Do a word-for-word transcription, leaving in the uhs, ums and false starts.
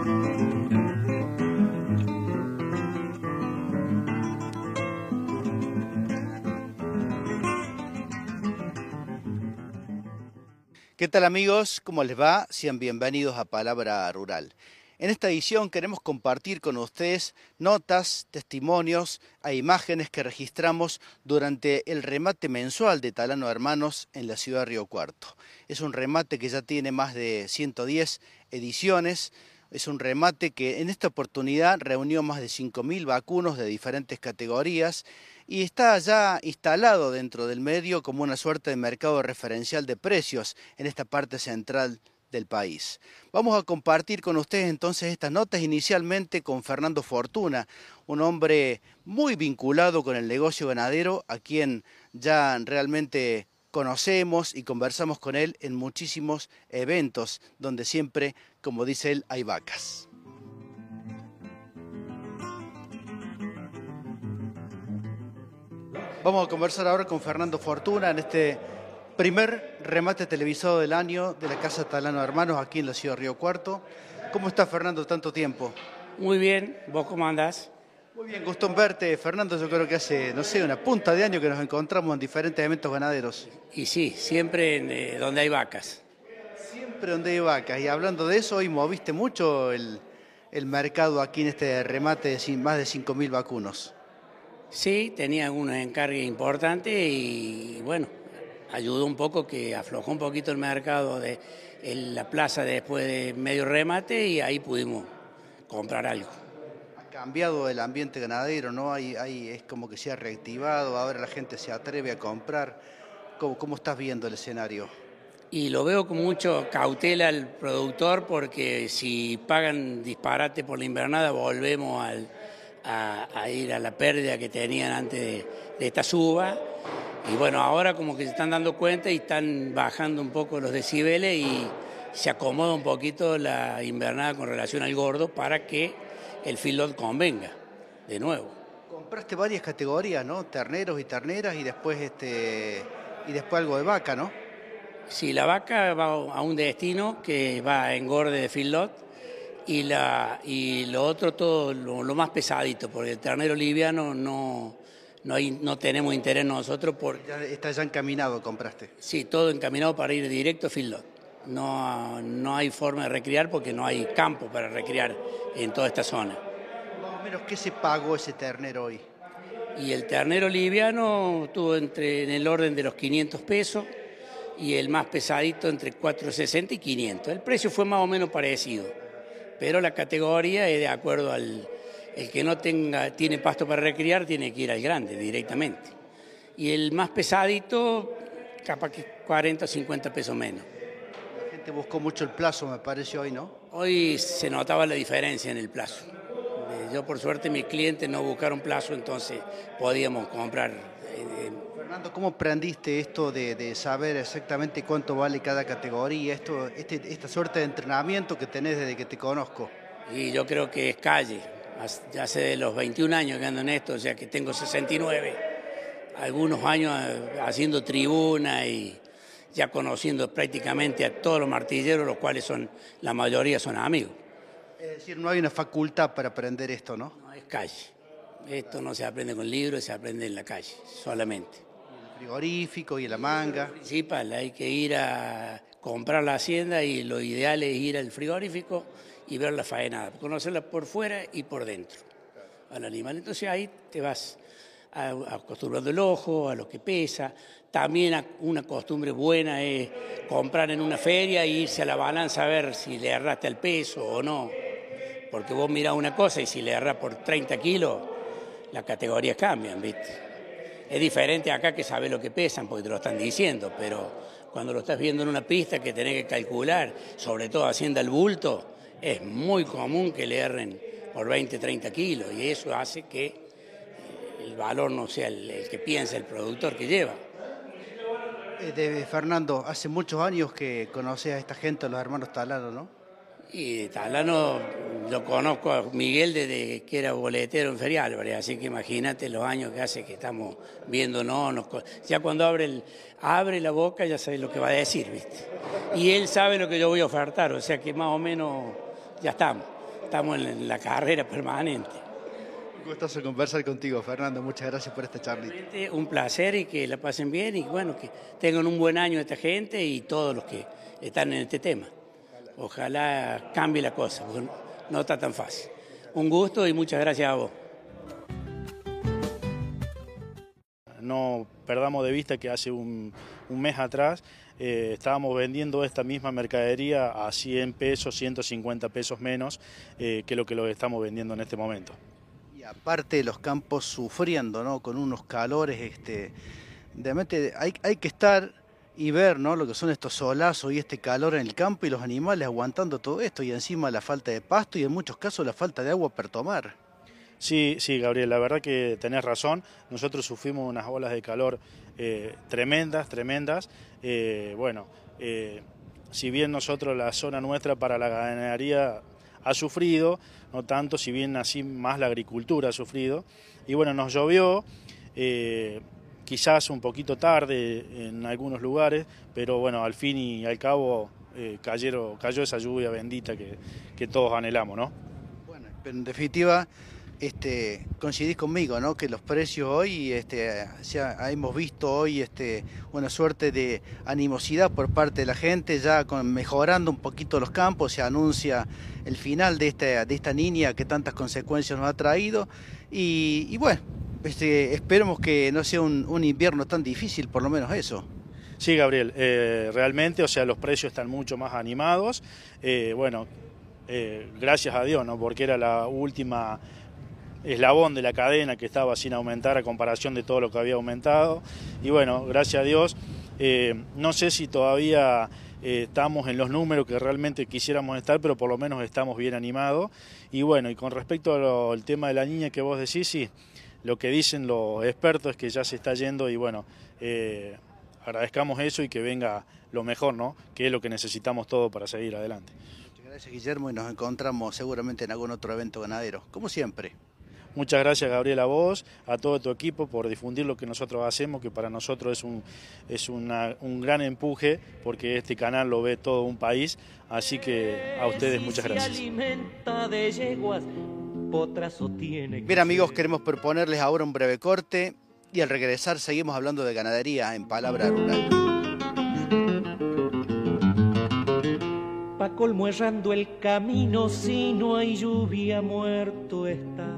¿Qué tal amigos? ¿Cómo les va? Sean bienvenidos a Palabra Rural. En esta edición queremos compartir con ustedes notas, testimonios e imágenes que registramos durante el remate mensual de Talano Hermanos en la ciudad de Río Cuarto. Es un remate que ya tiene más de ciento diez ediciones. Es un remate que en esta oportunidad reunió más de cinco mil vacunos de diferentes categorías y está ya instalado dentro del medio como una suerte de mercado referencial de precios en esta parte central del país. Vamos a compartir con ustedes entonces estas notas inicialmente con Fernando Fortuna, un hombre muy vinculado con el negocio ganadero, a quien ya realmente conocemos y conversamos con él en muchísimos eventos donde siempre, como dice él, hay vacas. Vamos a conversar ahora con Fernando Fortuna en este primer remate televisado del año de la Casa Talano Hermanos aquí en la ciudad de Río Cuarto. ¿Cómo estás, Fernando, tanto tiempo? Muy bien, ¿vos cómo andás? Muy bien, gusto en verte, Fernando. Yo creo que hace, no sé, una punta de año que nos encontramos en diferentes eventos ganaderos. Y sí, siempre en, eh, donde hay vacas. Siempre donde hay vacas. Y hablando de eso, hoy moviste mucho el, el mercado aquí en este remate de más de cinco mil vacunos. Sí, tenía algunos encargues importantes y bueno, ayudó un poco que aflojó un poquito el mercado de en la plaza después de medio remate y ahí pudimos comprar algo. Ha cambiado el ambiente ganadero, ¿no? Hay, hay, es como que se ha reactivado, ahora la gente se atreve a comprar. ¿Cómo, cómo estás viendo el escenario? Y lo veo con mucho cautela al productor porque si pagan disparate por la invernada volvemos al, a, a ir a la pérdida que tenían antes de, de esta suba. Y bueno, ahora como que se están dando cuenta y están bajando un poco los decibeles y se acomoda un poquito la invernada con relación al gordo para que el feedlot convenga de nuevo. Compraste varias categorías, ¿no? Terneros y terneras y después, este, y después algo de vaca, ¿no? Sí, la vaca va a un destino que va a engorde de feedlot y, la, y lo otro todo lo, lo más pesadito, porque el ternero liviano no... No, hay, no tenemos interés nosotros por... Ya está ya encaminado, compraste. Sí, todo encaminado para ir directo a feedlot. No, no hay forma de recriar porque no hay campo para recriar en toda esta zona. Más o menos, ¿qué se pagó ese ternero hoy? Y el ternero liviano estuvo entre, en el orden de los quinientos pesos y el más pesadito entre cuatrocientos sesenta y quinientos. El precio fue más o menos parecido, pero la categoría es de acuerdo al... El que no tenga, tiene pasto para recriar tiene que ir al grande directamente. Y el más pesadito, capaz que cuarenta o cincuenta pesos menos. La gente buscó mucho el plazo, me parece hoy, ¿no? Hoy se notaba la diferencia en el plazo. Yo por suerte mis clientes no buscaron plazo, entonces podíamos comprar. Fernando, ¿cómo aprendiste esto de, de saber exactamente cuánto vale cada categoría? Esto, este, esta suerte de entrenamiento que tenés desde que te conozco. Y yo creo que es calle. Ya hace de los veintiún años que ando en esto, o sea que tengo sesenta y nueve, algunos años haciendo tribuna y ya conociendo prácticamente a todos los martilleros, los cuales son, la mayoría son amigos. Es decir, no hay una facultad para aprender esto, ¿no? No, es calle. Esto no se aprende con libros, se aprende en la calle, solamente. El frigorífico y la manga. Lo principal, hay que ir a comprar la hacienda y lo ideal es ir al frigorífico y ver la faenada, conocerla por fuera y por dentro al animal. Entonces ahí te vas acostumbrando el ojo a lo que pesa. También una costumbre buena es comprar en una feria e irse a la balanza a ver si le erraste al peso o no. Porque vos mirás una cosa y si le erras por treinta kilos, las categorías cambian, ¿viste? Es diferente acá que sabés lo que pesan porque te lo están diciendo, pero cuando lo estás viendo en una pista que tenés que calcular, sobre todo haciendo el bulto, es muy común que le erren por veinte, treinta kilos y eso hace que el valor no sea el, el que piensa el productor que lleva. Eh, de Fernando, hace muchos años que conoces a esta gente, a los hermanos Talano, ¿no? Y de Talano lo conozco a Miguel desde que era boletero en Feria Álvarez, así que imagínate los años que hace que estamos viéndonos. Nos, ya cuando abre, el, abre la boca ya sabe lo que va a decir, ¿viste? Y él sabe lo que yo voy a ofertar, o sea que más o menos ya estamos. estamos en la carrera permanente. Un gustazo conversar contigo, Fernando. Muchas gracias por esta charlita. Un placer y que la pasen bien y bueno, que tengan un buen año esta gente y todos los que están en este tema. Ojalá cambie la cosa, porque no está tan fácil. Un gusto y muchas gracias a vos. No perdamos de vista que hace un, un mes atrás eh, estábamos vendiendo esta misma mercadería a cien pesos, ciento cincuenta pesos menos eh, que lo que lo estamos vendiendo en este momento. Y aparte los campos sufriendo, ¿no? Con unos calores, este, realmente hay, hay que estar y ver, ¿no? Lo que son estos solazos y este calor en el campo y los animales aguantando todo esto y encima la falta de pasto y en muchos casos la falta de agua para tomar. Sí, sí, Gabriel, la verdad que tenés razón. Nosotros sufrimos unas olas de calor eh, tremendas, tremendas. Eh, bueno, eh, si bien nosotros la zona nuestra para la ganadería ha sufrido, no tanto, si bien así más la agricultura ha sufrido. Y bueno, nos llovió, eh, quizás un poquito tarde en algunos lugares, pero bueno, al fin y al cabo eh, cayeron, cayó esa lluvia bendita que, que todos anhelamos, ¿no? Bueno, pero en definitiva... Este, coincidís conmigo, ¿no? Que los precios hoy, este, ya hemos visto hoy este, una suerte de animosidad por parte de la gente, ya con, mejorando un poquito los campos, se anuncia el final de esta, de esta niña que tantas consecuencias nos ha traído y, y bueno, este, esperemos que no sea un, un invierno tan difícil, por lo menos eso. Sí, Gabriel, eh, realmente, o sea, los precios están mucho más animados, eh, bueno, eh, gracias a Dios, ¿no? Porque era la última eslabón de la cadena que estaba sin aumentar a comparación de todo lo que había aumentado y bueno, gracias a Dios, eh, no sé si todavía eh, estamos en los números que realmente quisiéramos estar, pero por lo menos estamos bien animados y bueno, y con respecto al tema de la niña que vos decís, sí, lo que dicen los expertos es que ya se está yendo y bueno, eh, agradezcamos eso y que venga lo mejor, ¿no? Que es lo que necesitamos todos para seguir adelante. Muchas gracias, Guillermo, y nos encontramos seguramente en algún otro evento ganadero, como siempre. Muchas gracias, Gabriel, a vos, a todo tu equipo por difundir lo que nosotros hacemos, que para nosotros es un, es una, un gran empuje porque este canal lo ve todo un país, así que a ustedes muchas gracias. Bien amigos, queremos proponerles ahora un breve corte y al regresar seguimos hablando de ganadería en Palabra Rural. Pa' colmo errando el camino, si no hay lluvia muerto está.